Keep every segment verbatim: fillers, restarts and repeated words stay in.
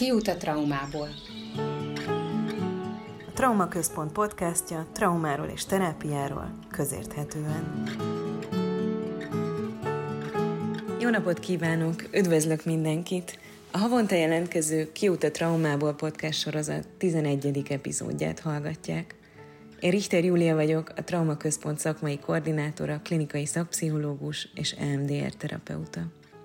Kiút a traumából. A Trauma Központ podcastja traumáról és terápiáról közérthetően. Jó napot kívánok! Üdvözlök mindenkit! A havonta jelentkező Kiút a traumából podcast sorozat tizenegyedik epizódját hallgatják. Én Richter Júlia vagyok, a Trauma Központ szakmai koordinátora, klinikai szakpszichológus és E M D R terapeuta.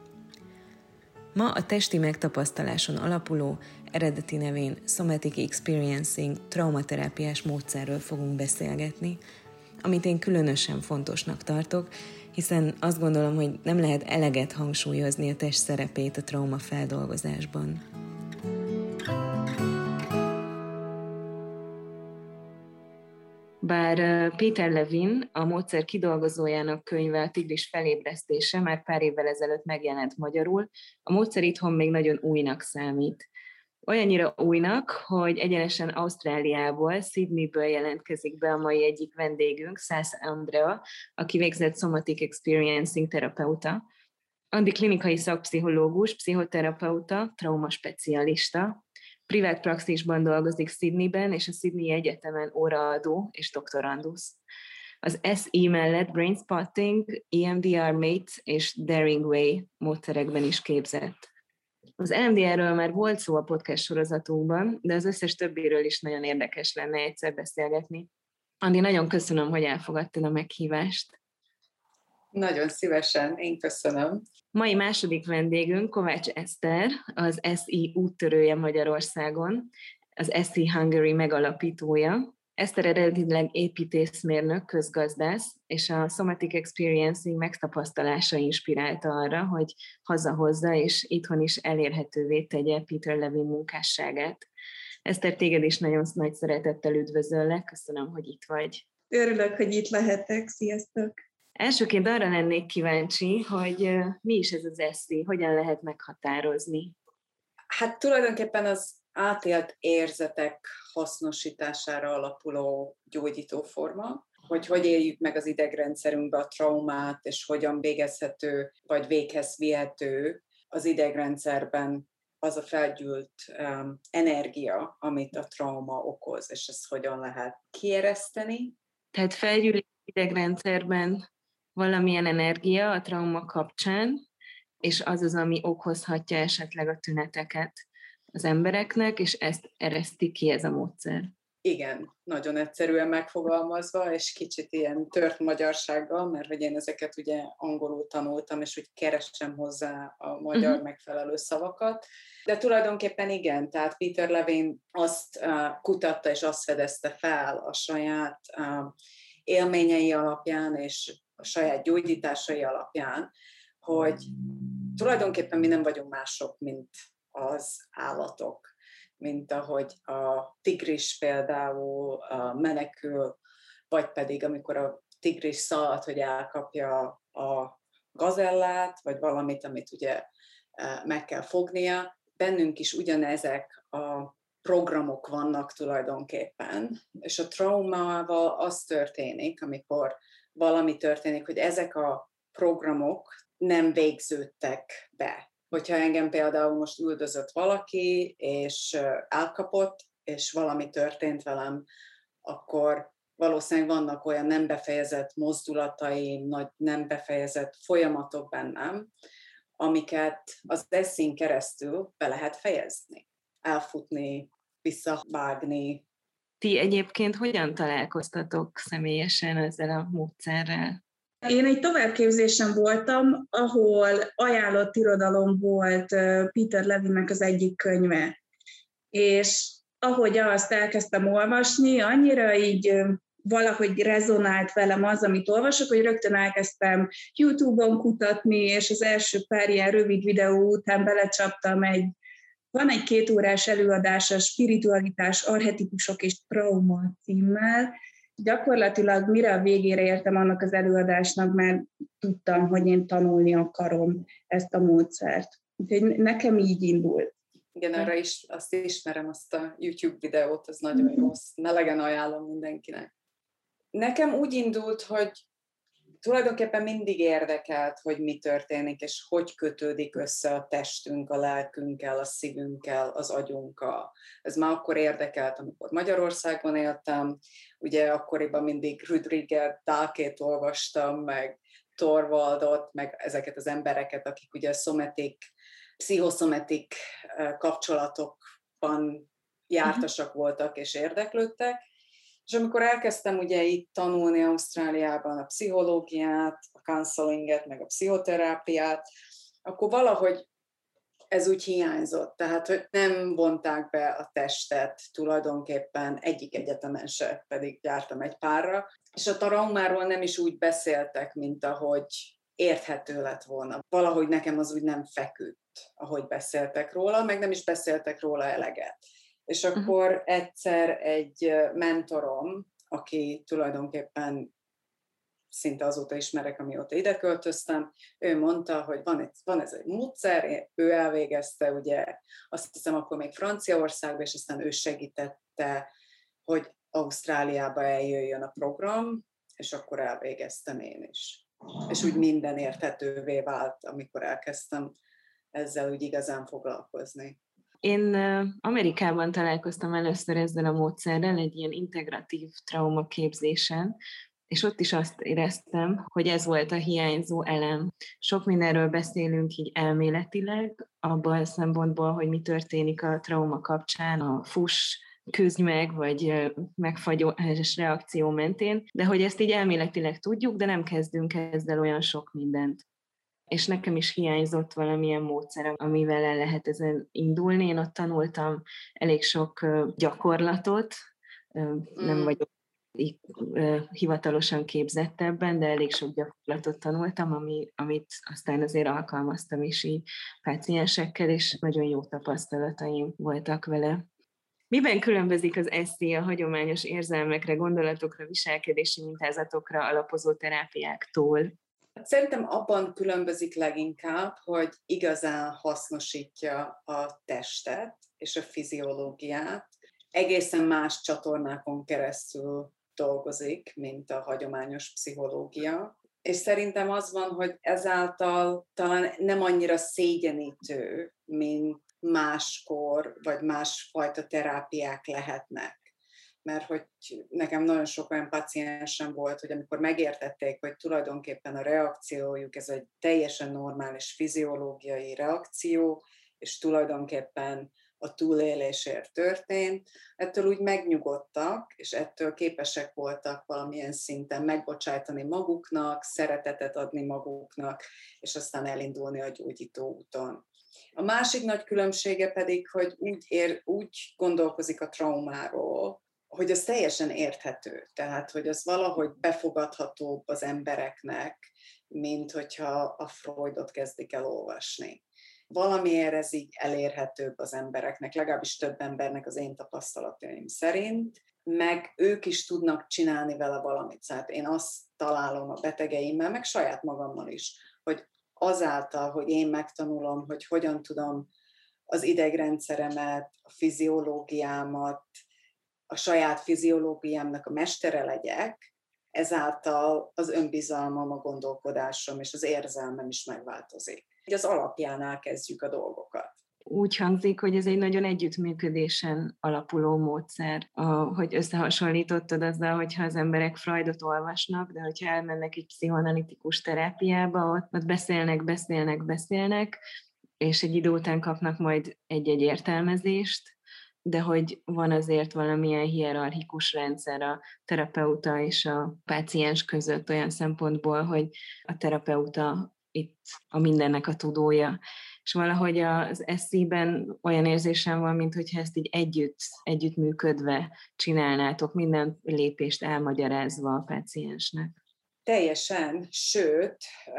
Ma a testi megtapasztaláson alapuló, eredeti nevén Somatic Experiencing traumaterápiás módszerről fogunk beszélgetni, amit én különösen fontosnak tartok, hiszen azt gondolom, hogy nem lehet eleget hangsúlyozni a test szerepét a trauma feldolgozásban. Bár Peter Levine, a módszer kidolgozójának könyve A tigris felébresztése már pár évvel ezelőtt megjelent magyarul, a módszer itthon még nagyon újnak számít. Olyannyira újnak, hogy egyenesen Ausztráliából, Sydneyből jelentkezik be a mai egyik vendégünk, Szász Andrea, aki végzett Somatic Experiencing terapeuta. Andi klinikai szakpszichológus, pszichoterapeuta, traumaspecialista, privát praxisban dolgozik Sydneyben, és a Sydney Egyetemen óraadó és doktorandusz. Az es i mellett Brain Spotting, E M D R Mate és Daring Way módszerekben is képzett. Az E M D R-ről már volt szó a podcast sorozatunkban, de az összes többiről is nagyon érdekes lenne egyszer beszélgetni. Andi, nagyon köszönöm, hogy elfogadtad a meghívást. Nagyon szívesen, én köszönöm. Mai második vendégünk Kovács Eszter, az es i úttörője Magyarországon, az es i Hungary megalapítója. Eszter eredetileg építészmérnök, közgazdász, és a Somatic Experiencing megtapasztalása inspirálta arra, hogy hazahozza és itthon is elérhetővé tegye Peter Levine munkásságát. Eszter, téged is nagyon nagy szeretettel üdvözöllek, köszönöm, hogy itt vagy. Örülök, hogy itt lehetek, sziasztok! Elsőként arra lennék kíváncsi, hogy mi is ez az es i, hogyan lehet meghatározni? Hát tulajdonképpen az átélt érzetek hasznosítására alapuló gyógyítóforma, hogy hogy éljük meg az idegrendszerünkbe a traumát, és hogyan végezhető, vagy véghez vihető az idegrendszerben az a felgyűlt um, energia, amit a trauma okoz, és ezt hogyan lehet kiereszteni. Tehát felgyűlik idegrendszerben valamilyen energia a trauma kapcsán, és az az, ami okozhatja esetleg a tüneteket az embereknek, és ezt ereszti ki ez a módszer. Igen, nagyon egyszerűen megfogalmazva, és kicsit ilyen tört magyarsággal, mert hogy én ezeket ugye angolul tanultam, és úgy keresem hozzá a magyar uh-huh. megfelelő szavakat. De tulajdonképpen igen, tehát Peter Levine azt uh, kutatta, és azt fedezte fel a saját uh, élményei alapján, és a saját gyógyításai alapján, hogy tulajdonképpen mi nem vagyunk mások, mint az állatok, mint ahogy a tigris például menekül, vagy pedig amikor a tigris szalad, hogy elkapja a gazellát, vagy valamit, amit ugye meg kell fognia. Bennünk is ugyanezek a programok vannak tulajdonképpen, és a traumával az történik, amikor valami történik, hogy ezek a programok nem végződtek be. Hogyha engem például most üldözött valaki, és elkapott, és valami történt velem, akkor valószínűleg vannak olyan nem befejezett mozdulataim, nagy nem befejezett folyamatok bennem, amiket az eszén keresztül be lehet fejezni. Elfutni, visszavágni. Ti egyébként hogyan találkoztatok személyesen ezzel a módszerrel? Én egy továbbképzésen voltam, ahol ajánlott irodalom volt Peter Levine-nek az egyik könyve. És ahogy azt elkezdtem olvasni, annyira így valahogy rezonált velem az, amit olvasok, hogy rögtön elkezdtem YouTube-on kutatni, és az első pár ilyen rövid videó után belecsaptam egy Van egy kétórás előadás a Spiritualitás, archetipusok és trauma címmel. Gyakorlatilag mire a végére értem annak az előadásnak, mert tudtam, hogy én tanulni akarom ezt a módszert. Úgyhogy nekem így indult. Igen, arra is azt ismerem, azt a YouTube videót, ez nagyon jó, melegen ajánlom mindenkinek. Nekem úgy indult, hogy tulajdonképpen mindig érdekelt, hogy mi történik, és hogy kötődik össze a testünk, a lelkünkkel, a szívünkkel, az agyunkkal. Ez már akkor érdekelt, amikor Magyarországon éltem, ugye akkoriban mindig Rüdiger Dahlkét olvastam, meg Torvaldot, meg ezeket az embereket, akik ugye szometik, pszichoszometik kapcsolatokban jártasak voltak és érdeklődtek. És amikor elkezdtem ugye itt tanulni Ausztráliában a pszichológiát, a counselinget, meg a pszichoterápiát, akkor valahogy ez úgy hiányzott. Tehát, hogy nem vonták be a testet tulajdonképpen egyik egyetemen se, pedig jártam egy párra. És a traumáról nem is úgy beszéltek, mint ahogy érthető lett volna. Valahogy nekem az úgy nem feküdt, ahogy beszéltek róla, meg nem is beszéltek róla eleget. És akkor uh-huh. egyszer egy mentorom, aki tulajdonképpen szinte azóta ismerek, amióta ide költöztem, ő mondta, hogy van, egy, van ez egy módszer, ő elvégezte, ugye azt hiszem akkor még Franciaországban, és aztán ő segítette, hogy Ausztráliába eljöjjön a program, és akkor elvégeztem én is. És úgy minden érthetővé vált, amikor elkezdtem ezzel úgy igazán foglalkozni. Én Amerikában találkoztam először ezzel a módszerrel, egy ilyen integratív traumaképzésen, és ott is azt éreztem, hogy ez volt a hiányzó elem. Sok mindenről beszélünk így elméletileg, abban a szempontból, hogy mi történik a trauma kapcsán, a fuss, küzdj meg, vagy megfagyós reakció mentén, de hogy ezt így elméletileg tudjuk, de nem kezdünk ezzel olyan sok mindent. És nekem is hiányzott valamilyen módszer, amivel el lehet ezen indulni. Én ott tanultam elég sok gyakorlatot, nem vagyok hivatalosan képzett ebben, de elég sok gyakorlatot tanultam, ami, amit aztán azért alkalmaztam is így páciensekkel, és nagyon jó tapasztalataim voltak vele. Miben különbözik az es zé a hagyományos érzelmekre, gondolatokra, viselkedési mintázatokra alapozó terápiáktól? Szerintem abban különbözik leginkább, hogy igazán hasznosítja a testet és a fiziológiát. Egészen más csatornákon keresztül dolgozik, mint a hagyományos pszichológia. És szerintem az van, hogy ezáltal talán nem annyira szégyenítő, mint máskor, vagy másfajta terápiák lehetnek. Mert hogy nekem nagyon sok olyan paciensem volt, hogy amikor megértették, hogy tulajdonképpen a reakciójuk ez egy teljesen normális fiziológiai reakció, és tulajdonképpen a túlélésért történt, ettől úgy megnyugodtak, és ettől képesek voltak valamilyen szinten megbocsájtani maguknak, szeretetet adni maguknak, és aztán elindulni a gyógyító úton. A másik nagy különbsége pedig, hogy úgy, ér, úgy gondolkozik a traumáról, hogy az teljesen érthető, tehát hogy az valahogy befogadhatóbb az embereknek, mint hogyha a Freudot kezdik el olvasni. Valamiért ez így elérhetőbb az embereknek, legalábbis több embernek az én tapasztalataim szerint, meg ők is tudnak csinálni vele valamit. Tehát én azt találom a betegeimmel, meg saját magammal is, hogy azáltal, hogy én megtanulom, hogy hogyan tudom az idegrendszeremet, a fiziológiámat, a saját fiziológiámnak a mestere legyek, ezáltal az önbizalmam, a gondolkodásom és az érzelmem is megváltozik. Így az alapjánál kezdjük a dolgokat. Úgy hangzik, hogy ez egy nagyon együttműködésen alapuló módszer, hogy összehasonlítottad azzal, hogyha az emberek Freudot olvasnak, de hogyha elmennek egy pszichoanalitikus terápiába, ott, ott beszélnek, beszélnek, beszélnek, és egy idő után kapnak majd egy-egy értelmezést, de hogy van azért valamilyen hierarchikus rendszer a terapeuta és a páciens között olyan szempontból, hogy a terapeuta itt a mindennek a tudója. És valahogy az es zé-ben olyan érzésem van, mintha ezt így együtt, együttműködve csinálnátok, minden lépést elmagyarázva a páciensnek. Teljesen, sőt,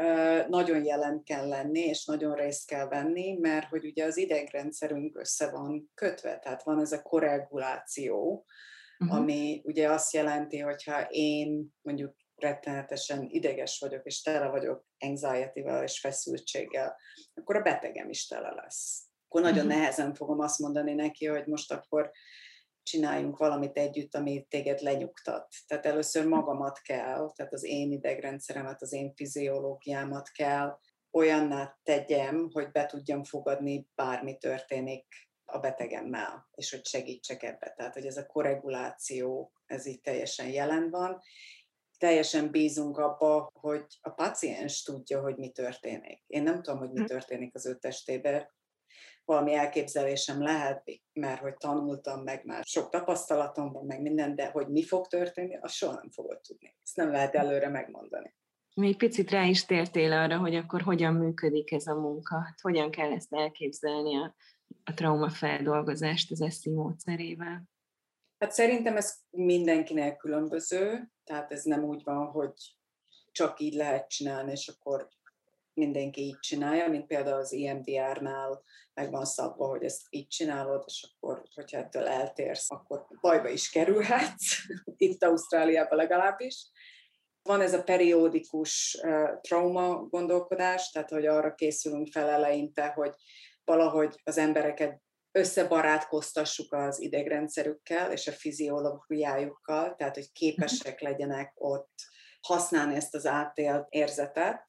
nagyon jelen kell lenni, és nagyon részt kell venni, mert hogy ugye az idegrendszerünk össze van kötve, tehát van ez a korreguláció, uh-huh. ami ugye azt jelenti, hogyha én mondjuk rettenetesen ideges vagyok, és tele vagyok anxiety-vel és feszültséggel, akkor a betegem is tele lesz. Akkor nagyon uh-huh. nehezen fogom azt mondani neki, hogy most akkor csináljunk valamit együtt, ami téged lenyugtat. Tehát először magamat kell, tehát az én idegrendszeremet, az én fiziológiámat kell olyanná tegyem, hogy be tudjam fogadni, bármi történik a betegemmel, és hogy segítsek ebbe. Tehát, hogy ez a korreguláció, ez így teljesen jelen van. Teljesen bízunk abba, hogy a páciens tudja, hogy mi történik. Én nem tudom, hogy mi történik az ő testében. Valami elképzelésem lehet, mert hogy tanultam meg, már sok tapasztalatom van, meg minden, de hogy mi fog történni, azt soha nem fogod tudni. Ezt nem lehet előre megmondani. Még picit rá is tértél arra, hogy akkor hogyan működik ez a munka, hát hogyan kell ezt elképzelni a, a traumafeldolgozást az es i módszerével? Hát szerintem ez mindenkinek különböző, tehát ez nem úgy van, hogy csak így lehet csinálni, és akkor mindenki így csinálja, mint például az i em dé er-nál meg van szabva, hogy ezt így csinálod, és akkor, hogyha ettől eltérsz, akkor bajba is kerülhetsz, itt Ausztráliában legalábbis. Van ez a periódikus uh, trauma gondolkodás, tehát hogy arra készülünk fel eleinte, hogy valahogy az embereket összebarátkoztassuk az idegrendszerükkel és a fiziológiájukkal, tehát hogy képesek legyenek ott használni ezt az átélt érzetet,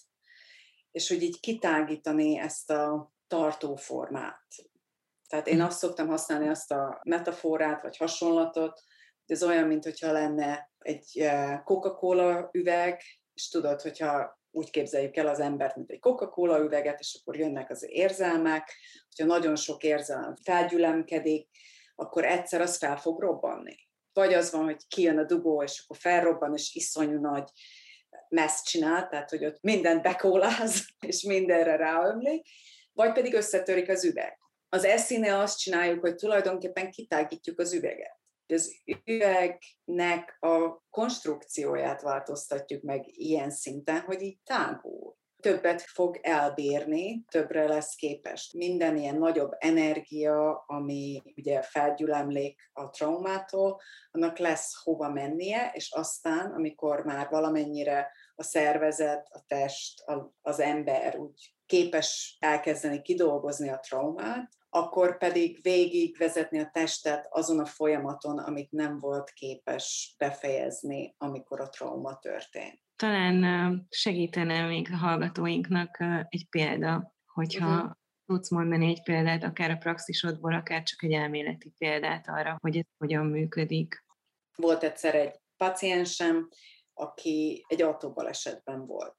és hogy így kitágítani ezt a tartóformát. Tehát én azt szoktam használni, azt a metaforát vagy hasonlatot, hogy ez olyan, mintha lenne egy Coca-Cola üveg, és tudod, hogyha úgy képzeljük el az embert, mint egy Coca-Cola üveget, és akkor jönnek az érzelmek, hogyha nagyon sok érzelem felgyülemkedik, akkor egyszer az fel fog robbanni. Vagy az van, hogy kijön a dugó, és akkor felrobban, és iszonyú nagy messz csinál, tehát hogy ott mindent bekóláz, és mindenre ráömlik, vagy pedig összetörik az üveg. Az es i-nél azt csináljuk, hogy tulajdonképpen kitágítjuk az üveget. Az üvegnek a konstrukcióját változtatjuk meg ilyen szinten, hogy így tágul. Többet fog elbírni, többre lesz képes. Minden ilyen nagyobb energia, ami ugye felgyülemlik a traumától, annak lesz hova mennie, és aztán, amikor már valamennyire a szervezet, a test, az ember úgy képes elkezdeni kidolgozni a traumát, akkor pedig végigvezetni a testet azon a folyamaton, amit nem volt képes befejezni, amikor a trauma történt. Talán segítene még a hallgatóinknak egy példa, hogyha uh-huh. tudsz mondani egy példát, akár a praxisodból, akár csak egy elméleti példát arra, hogy ez hogyan működik. Volt egyszer egy paciensem, aki egy autóbalesetben volt.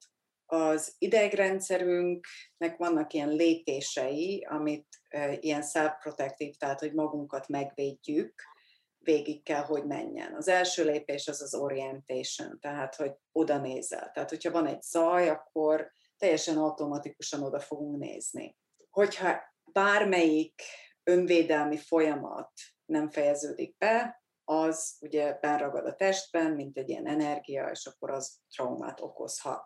Az idegrendszerünknek vannak ilyen lépései, amit e, ilyen self-protective, tehát hogy magunkat megvédjük, végig kell, hogy menjen. Az első lépés az az orientation, tehát hogy oda nézel. Tehát hogyha van egy zaj, akkor teljesen automatikusan oda fogunk nézni. Hogyha bármelyik önvédelmi folyamat nem fejeződik be, az ugye benragad a testben, mint egy ilyen energia, és akkor az traumát okozhat.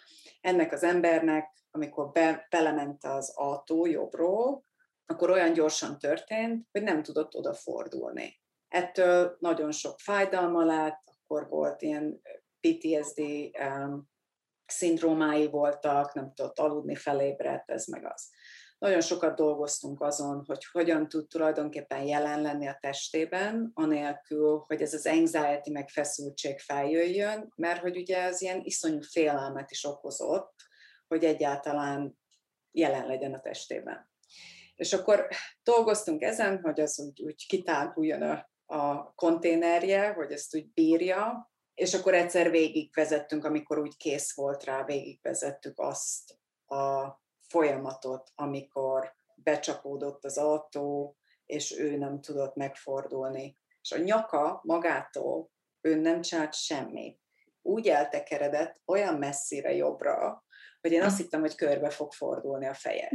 Ennek az embernek, amikor be, belement az autó jobbról, akkor olyan gyorsan történt, hogy nem tudott odafordulni. Ettől nagyon sok fájdalma lett, akkor volt ilyen pé té es dé um, szindrómái voltak, nem tudott aludni, felébredt, ez meg az. Nagyon sokat dolgoztunk azon, hogy hogyan tud tulajdonképpen jelen lenni a testében, anélkül, hogy ez az anxiety meg feszültség feljöjjön, mert hogy ugye ez ilyen iszonyú félelmet is okozott, hogy egyáltalán jelen legyen a testében. És akkor dolgoztunk ezen, hogy az úgy, úgy kitáguljon a, a konténerje, hogy ezt úgy bírja, és akkor egyszer végigvezettünk, amikor úgy kész volt rá, végigvezettük azt a folyamatot, amikor becsapódott az autó, és ő nem tudott megfordulni. És a nyaka magától ő nem csinált semmit. Úgy eltekeredett olyan messzire jobbra, hogy én azt hittem, hogy körbe fog fordulni a feje.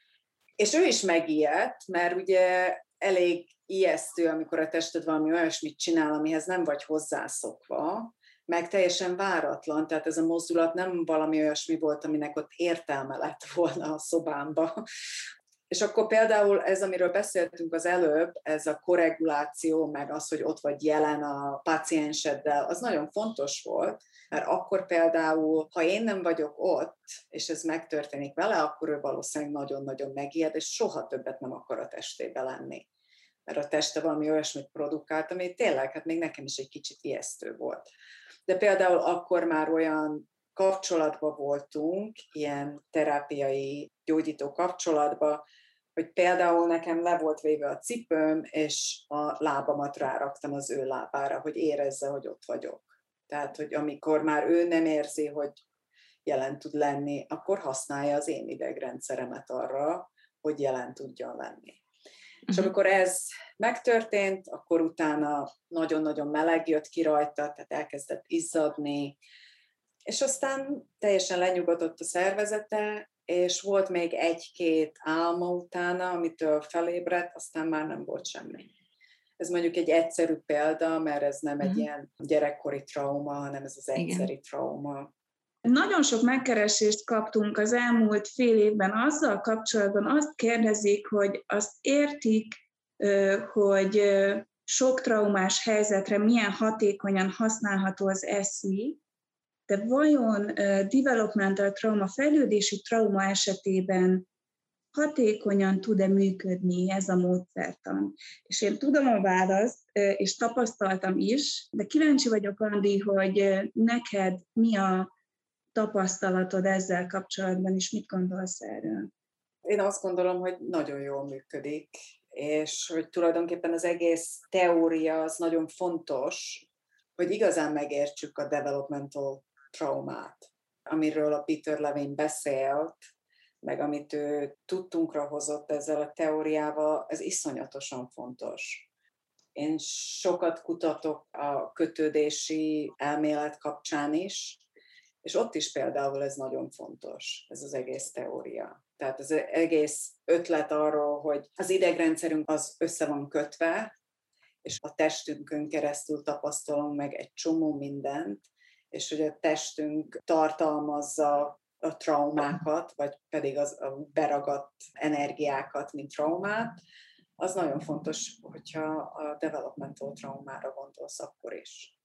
És ő is megijedt, mert ugye elég ijesztő, amikor a tested valami olyasmit csinál, amihez nem vagy hozzászokva, meg teljesen váratlan, tehát ez a mozdulat nem valami olyasmi volt, aminek ott értelme lett volna a szobámba. És akkor például ez, amiről beszéltünk az előbb, ez a korreguláció, meg az, hogy ott vagy jelen a pácienseddel, az nagyon fontos volt, mert akkor például, ha én nem vagyok ott, és ez megtörténik vele, akkor ő valószínűleg nagyon-nagyon megijed, és soha többet nem akar a testébe lenni. mert a teste valami olyasmit produkált, ami tényleg, hát még nekem is egy kicsit ijesztő volt. De például akkor már olyan kapcsolatban voltunk, ilyen terápiai, gyógyító kapcsolatban, hogy például nekem le volt véve a cipőm, és a lábamat ráraktam az ő lábára, hogy érezze, hogy ott vagyok. Tehát, hogy amikor már ő nem érzi, hogy jelen tud lenni, akkor használja az én idegrendszeremet arra, hogy jelen tudjon lenni. Uh-huh. És amikor ez megtörtént, akkor utána nagyon-nagyon meleg jött ki rajta, tehát elkezdett izzadni, és aztán teljesen lenyugodott a szervezete, és volt még egy-két álma utána, amitől felébredt, aztán már nem volt semmi. Ez mondjuk egy egyszerű példa, mert ez nem egy uh-huh. ilyen gyerekkori trauma, hanem ez az egyszeri Igen. trauma. Nagyon sok megkeresést kaptunk az elmúlt fél évben azzal kapcsolatban, azt kérdezik, hogy azt értik, hogy sok traumás helyzetre milyen hatékonyan használható az es i, de vajon developmental trauma, fejlődési trauma esetében hatékonyan tud-e működni ez a módszertan? És én tudom a választ, és tapasztaltam is, de kíváncsi vagyok, Andi, hogy neked mi a tapasztalatod ezzel kapcsolatban, és mit gondolsz erről? Én azt gondolom, hogy nagyon jól működik, és hogy tulajdonképpen az egész teória az nagyon fontos, hogy igazán megértsük a developmental traumát, amiről a Peter Levine beszélt, meg amit ő tudtunkra hozott ezzel a teóriával, ez iszonyatosan fontos. Én sokat kutatok a kötődési elmélet kapcsán is, és ott is például ez nagyon fontos, ez az egész teória. Tehát az egész ötlet arról, hogy az idegrendszerünk az össze van kötve, és a testünkön keresztül tapasztalunk meg egy csomó mindent, és hogy a testünk tartalmazza a traumákat, vagy pedig az a beragadt energiákat, mint traumát, az nagyon fontos, hogyha a developmental traumára gondolsz akkor is.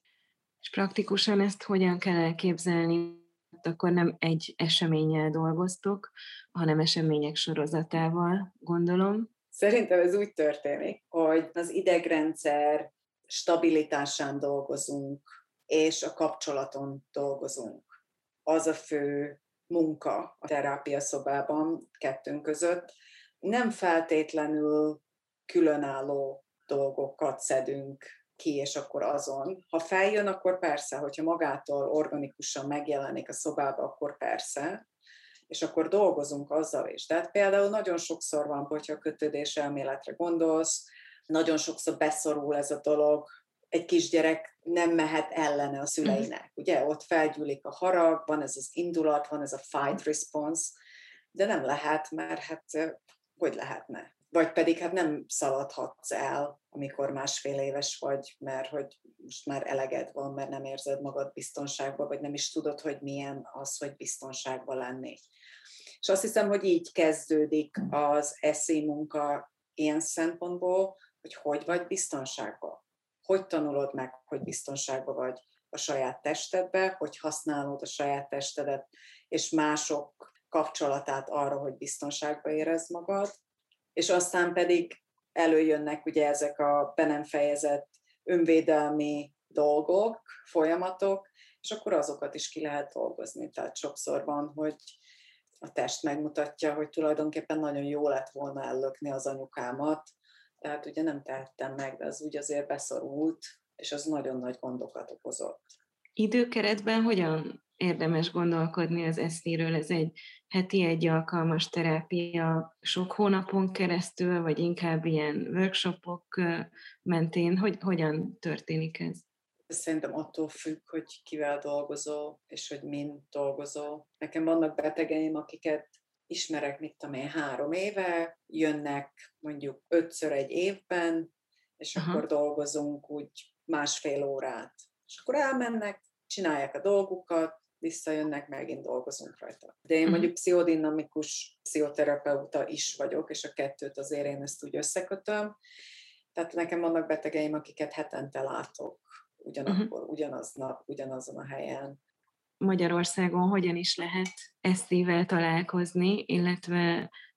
És praktikusan ezt hogyan kell elképzelni? Akkor nem egy eseménnyel dolgoztok, hanem események sorozatával, gondolom. Szerintem ez úgy történik, hogy az idegrendszer stabilitásán dolgozunk, és a kapcsolaton dolgozunk. Az a fő munka a terápiaszobában kettőnk között. Nem feltétlenül különálló dolgokat szedünk ki, és akkor azon. Ha feljön, akkor persze, hogyha magától organikusan megjelenik a szobába, akkor persze, és akkor dolgozunk azzal is. Tehát például nagyon sokszor van, hogyha a kötődés elméletre gondolsz, nagyon sokszor beszorul ez a dolog, egy kisgyerek nem mehet ellene a szüleinek, ugye? Ott felgyűlik a harag, van ez az indulat, van ez a fight response, de nem lehet, mert hát hogy lehetne? Vagy pedig hát nem szaladhatsz el, amikor másfél éves vagy, mert hogy most már eleged van, mert nem érzed magad biztonságban, vagy nem is tudod, hogy milyen az, hogy biztonságban lenni. És azt hiszem, hogy így kezdődik az es i munka ilyen szempontból, hogy hogy vagy biztonságban. Hogy tanulod meg, hogy biztonságban vagy a saját testedbe, hogy használod a saját testedet, és mások kapcsolatát arra, hogy biztonságban érezd magad, és aztán pedig előjönnek ugye ezek a be nem fejezett önvédelmi dolgok, folyamatok, és akkor azokat is ki lehet dolgozni. Tehát sokszor van, hogy a test megmutatja, hogy tulajdonképpen nagyon jó lett volna ellökni az anyukámat, tehát ugye nem tehettem meg, de az úgy azért beszorult, és az nagyon nagy gondokat okozott. Időkeretben hogyan érdemes gondolkodni az es i-ről? Ez egy heti egy alkalmas terápia sok hónapon keresztül, vagy inkább ilyen workshopok mentén? Hogy, hogyan történik ez? Szerintem attól függ, hogy kivel dolgozol, és hogy min dolgozol. Nekem vannak betegeim, akiket ismerek, mit tudom én, három éve, jönnek mondjuk ötször egy évben, és Aha. akkor dolgozunk úgy másfél órát. És akkor elmennek, csinálják a dolgukat, visszajönnek, megint dolgozunk rajta. De én mondjuk pszichodinamikus pszichoterapeuta is vagyok, és a kettőt azért én ezt úgy összekötöm. Tehát nekem vannak betegeim, akiket hetente látok, ugyanakkor, uh-huh. ugyanaznap, ugyanazon a helyen. Magyarországon hogyan is lehet es i-vel találkozni, illetve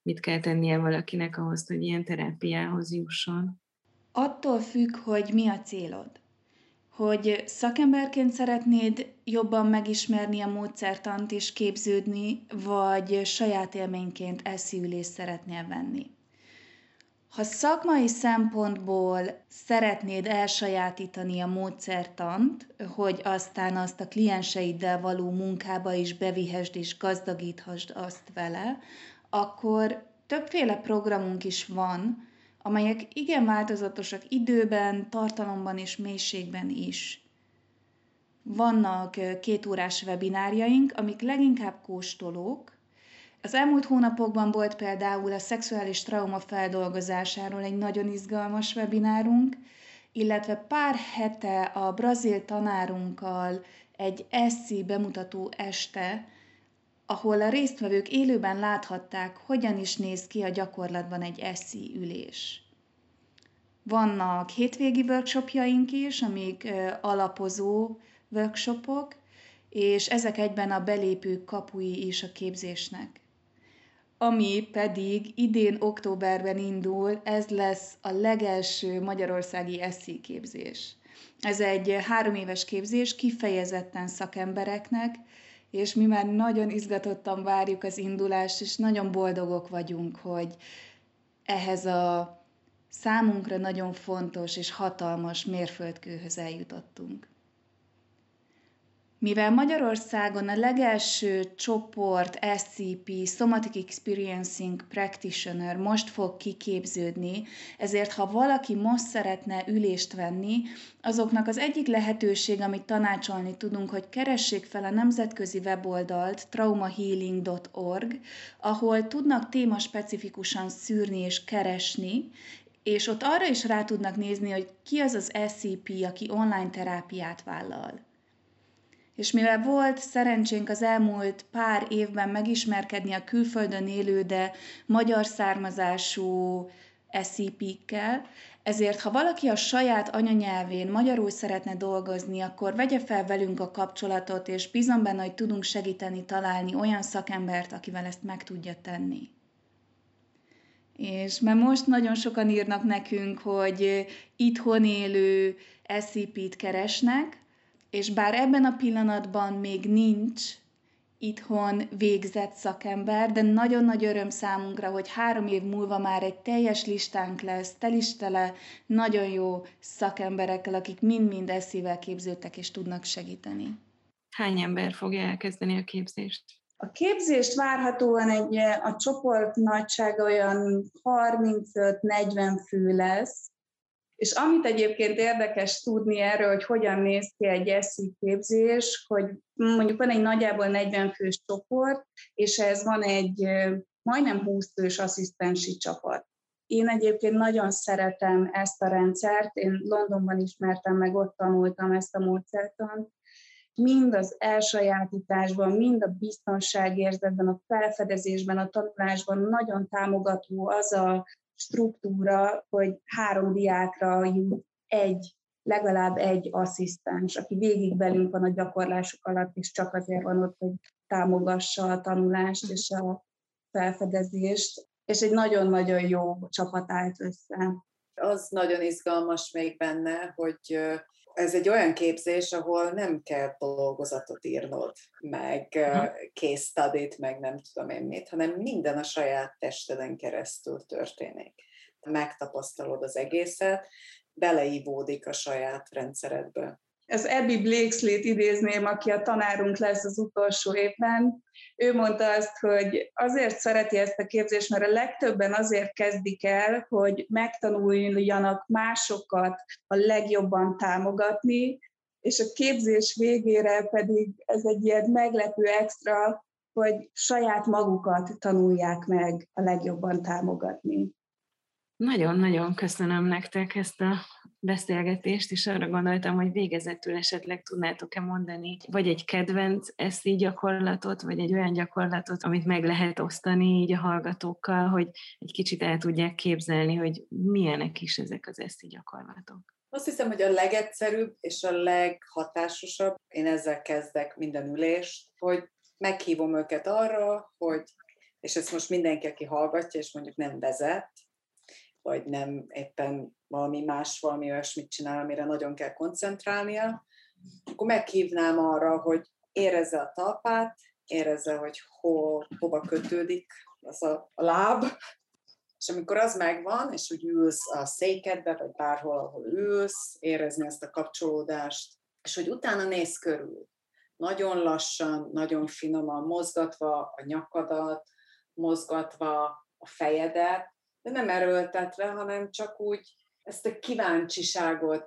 mit kell tennie valakinek ahhoz, hogy ilyen terápiához jusson? Attól függ, hogy mi a célod. Hogy szakemberként szeretnéd jobban megismerni a módszertant és képződni, vagy saját élményként eszűülést szeretnél venni. Ha szakmai szempontból szeretnéd elsajátítani a módszertant, hogy aztán azt a klienseiddel való munkába is bevihesd és gazdagíthasd azt vele, akkor többféle programunk is van, amelyek igen változatosak időben, tartalomban és mélységben is. Vannak kétórás webinárjaink, amik leginkább kóstolók. Az elmúlt hónapokban volt például a szexuális trauma feldolgozásáról egy nagyon izgalmas webinárunk, illetve pár hete a brazil tanárunkkal egy eszi bemutató este, ahol a résztvevők élőben láthatták, hogyan is néz ki a gyakorlatban egy eszi ülés. Vannak hétvégi workshopjaink is, amik alapozó workshopok, és ezek egyben a belépő kapui is a képzésnek. Ami pedig idén októberben indul, ez lesz a legelső magyarországi eszi képzés. Ez egy három éves képzés kifejezetten szakembereknek, és mi már nagyon izgatottan várjuk az indulást, és nagyon boldogok vagyunk, hogy ehhez a számunkra nagyon fontos és hatalmas mérföldkőhöz eljutottunk. Mivel Magyarországon a legelső csoport es cé pé, Somatic Experiencing Practitioner most fog kiképződni, ezért ha valaki most szeretne ülést venni, azoknak az egyik lehetőség, amit tanácsolni tudunk, hogy keressék fel a nemzetközi weboldalt traumahealing dot org, ahol tudnak témaspecifikusan szűrni és keresni, és ott arra is rá tudnak nézni, hogy ki az az es cé pé, aki online terápiát vállal. És mivel volt szerencsénk az elmúlt pár évben megismerkedni a külföldön élő, de magyar származású es cé pékkel, ezért ha valaki a saját anyanyelvén magyarul szeretne dolgozni, akkor vegye fel velünk a kapcsolatot, és bízom benne, hogy tudunk segíteni találni olyan szakembert, akivel ezt meg tudja tenni. És mert most nagyon sokan írnak nekünk, hogy itthon élő es cé pét keresnek, és bár ebben a pillanatban még nincs itthon végzett szakember, de nagyon nagy öröm számunkra, hogy három év múlva már egy teljes listánk lesz, telistele nagyon jó szakemberekkel, akik mind-mind eszével képződtek és tudnak segíteni. Hány ember fogja elkezdeni a képzést? A képzést várhatóan egy, a csoport nagysága olyan harmincöt-negyven fő lesz, és amit egyébként érdekes tudni erről, hogy hogyan néz ki egy eszi képzés, hogy mondjuk van egy nagyjából negyven fős csoport, és ez van egy majdnem húsz fős asszisztensi csapat. Én egyébként nagyon szeretem ezt a rendszert, én Londonban ismertem meg, ott tanultam ezt a módszertant. Mind az elsajátításban, mind a biztonságérzetben, a felfedezésben, a tanulásban nagyon támogató az a struktúra, hogy három diákra jut egy, legalább egy asszisztens, aki végig velünk van a gyakorlások alatt, és csak azért van ott, hogy támogassa a tanulást és a felfedezést, és egy nagyon-nagyon jó csapat állt össze. Az nagyon izgalmas még benne, hogy ez egy olyan képzés, ahol nem kell dolgozatot írnod, meg case study-t, meg nem tudom én mit, hanem minden a saját testeden keresztül történik. Megtapasztalod az egészet, beleívódik a saját rendszeredbe. Ez Abby Blakesley-t idézném, aki a tanárunk lesz az utolsó évben. Ő mondta azt, hogy azért szereti ezt a képzést, mert a legtöbben azért kezdik el, hogy megtanuljanak másokat a legjobban támogatni, és a képzés végére pedig ez egy ilyen meglepő extra, hogy saját magukat tanulják meg a legjobban támogatni. Nagyon-nagyon köszönöm nektek ezt a beszélgetést, és arra gondoltam, hogy végezetül esetleg tudnátok-e mondani, vagy egy kedvenc eszi gyakorlatot, vagy egy olyan gyakorlatot, amit meg lehet osztani így a hallgatókkal, hogy egy kicsit el tudják képzelni, hogy milyenek is ezek az eszi gyakorlatok. Azt hiszem, hogy a legegyszerűbb és a leghatásosabb, én ezzel kezdek minden ülést, hogy meghívom őket arra, hogy és ezt most mindenki, aki hallgatja, és mondjuk nem vezet, vagy nem éppen valami más, valami olyasmit csinál, amire nagyon kell koncentrálnia, akkor meghívnám arra, hogy érezze a talpát, érezze, hogy ho, hova kötődik az a, a láb, és amikor az megvan, és úgy ülsz a székedbe, vagy bárhol, ahol ülsz, érezni ezt a kapcsolódást, és hogy utána nézz körül. Nagyon lassan, nagyon finoman mozgatva a nyakadat, mozgatva a fejedet, de nem erőltetve, hanem csak úgy ezt a kíváncsiságot,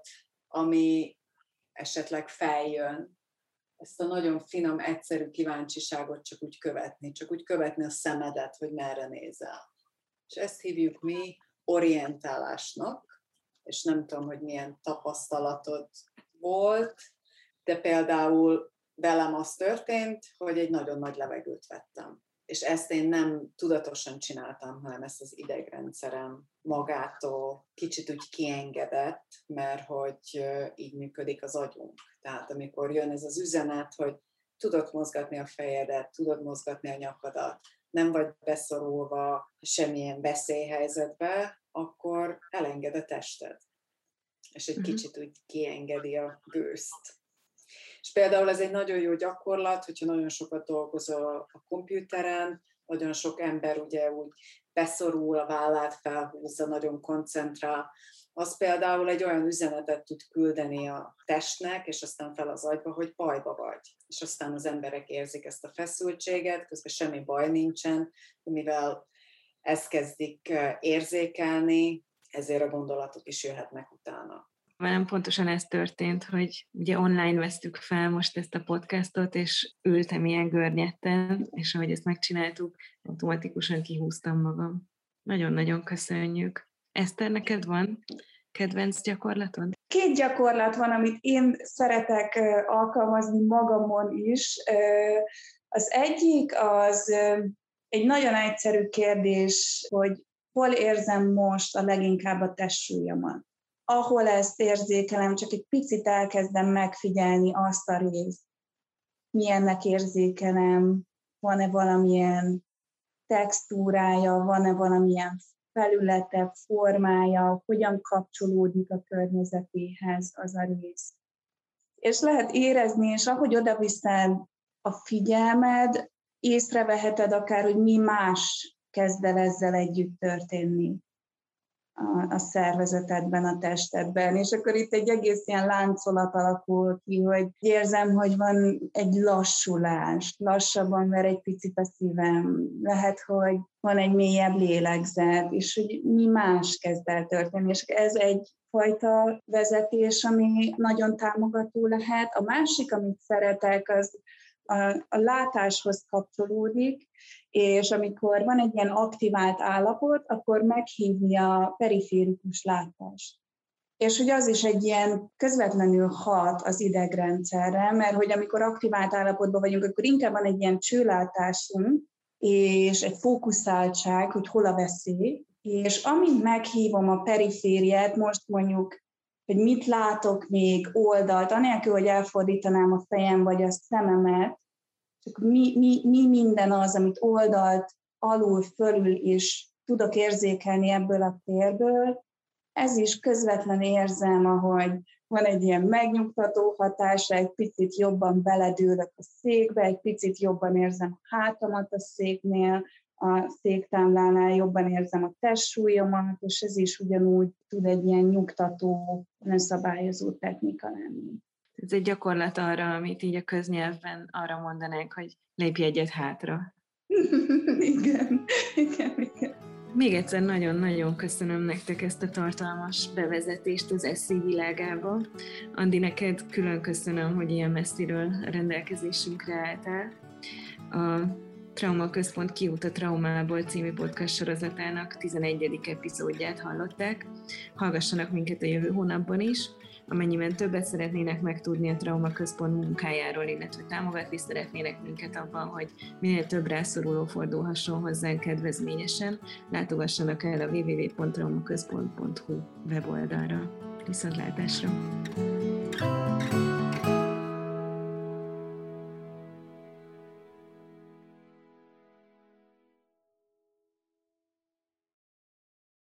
ami esetleg feljön, ezt a nagyon finom, egyszerű kíváncsiságot csak úgy követni, csak úgy követni a szemedet, hogy merre nézel. És ezt hívjuk mi orientálásnak, és nem tudom, hogy milyen tapasztalatod volt, de például velem az történt, hogy egy nagyon nagy levegőt vettem. És ezt én nem tudatosan csináltam, hanem ezt az idegrendszerem magától kicsit úgy kiengedett, mert hogy így működik az agyunk. Tehát amikor jön ez az üzenet, hogy tudod mozgatni a fejedet, tudod mozgatni a nyakadat, nem vagy beszorulva semmilyen veszélyhelyzetbe, akkor elenged a tested. És egy uh-huh. kicsit úgy kiengedi a gőzt. És például ez egy nagyon jó gyakorlat, hogyha nagyon sokat dolgozol a kompjúteren, nagyon sok ember ugye úgy beszorul, a vállát felhúzza, nagyon koncentrál. Az például egy olyan üzenetet tud küldeni a testnek, és aztán fel az agyba, hogy bajba vagy. És aztán az emberek érzik ezt a feszültséget, közben semmi baj nincsen, mivel ezt kezdik érzékelni, ezért a gondolatok is jöhetnek utána. Velem pontosan ez történt, hogy ugye online vesztük fel most ezt a podcastot, és ültem ilyen görnyetten, és ahogy ezt megcsináltuk, automatikusan kihúztam magam. Nagyon-nagyon köszönjük. Eszter, neked van kedvenc gyakorlatod? Két gyakorlat van, amit én szeretek alkalmazni magamon is. Az egyik az egy nagyon egyszerű kérdés, hogy hol érzem most a leginkább a testsúlyomat. Ahol ezt érzékelem, csak egy picit elkezdem megfigyelni azt a részt. Milyennek érzékelem, van-e valamilyen textúrája, van-e valamilyen felülete, formája, hogyan kapcsolódik a környezetéhez az a rész. És lehet érezni, és ahogy odaviszed a figyelmed, észreveheted akár, hogy mi más kezd el ezzel együtt történni a, a szervezetedben, a testedben. És akkor itt egy egész ilyen láncolat alakul ki, hogy érzem, hogy van egy lassulás, lassabban ver egy picit a szívem, lehet, hogy van egy mélyebb lélegzet, és hogy mi más kezd el történni. És ez egy fajta vezetés, ami nagyon támogató lehet. A másik, amit szeretek, az a, a látáshoz kapcsolódik, és amikor van egy ilyen aktivált állapot, akkor meghívni a periférikus látást. És hogy az is egy ilyen közvetlenül hat az idegrendszerre, mert hogy amikor aktivált állapotban vagyunk, akkor inkább van egy ilyen csőlátásunk, és egy fókuszáltság, hogy hol a veszély, és amint meghívom a perifériát, most mondjuk, hogy mit látok még oldalt, anélkül, hogy elfordítanám a fejem vagy a szememet, csak mi, mi, mi minden az, amit oldalt, alul, fölül is tudok érzékelni ebből a térből, ez is közvetlen érzem, ahogy van egy ilyen megnyugtató hatása, egy picit jobban beledőlök a székbe, egy picit jobban érzem a hátamat a széknél, a széktámlánál jobban érzem a testsúlyomat, és ez is ugyanúgy tud egy ilyen nyugtató, önszabályozó technika lenni. Ez egy gyakorlat arra, amit így a köznyelvben arra mondanánk, hogy lépj egyet hátra. igen, igen, igen. Még egyszer nagyon-nagyon köszönöm nektek ezt a tartalmas bevezetést az eszi világába. Andi, neked külön köszönöm, hogy ilyen messziről rendelkezésünkre álltál. A Trauma Központ Kiút a traumából című podcast sorozatának tizenegyedik epizódját hallották. Hallgassanak minket a jövő hónapban is. Amennyiben többet szeretnének megtudni a Trauma Központ munkájáról, illetve támogatni szeretnének minket abban, hogy minél több rászoruló fordulhasson hozzánk kedvezményesen, látogassanak el a double-u double-u double-u pont traumaközpont pont hu weboldalra. Viszontlátásra!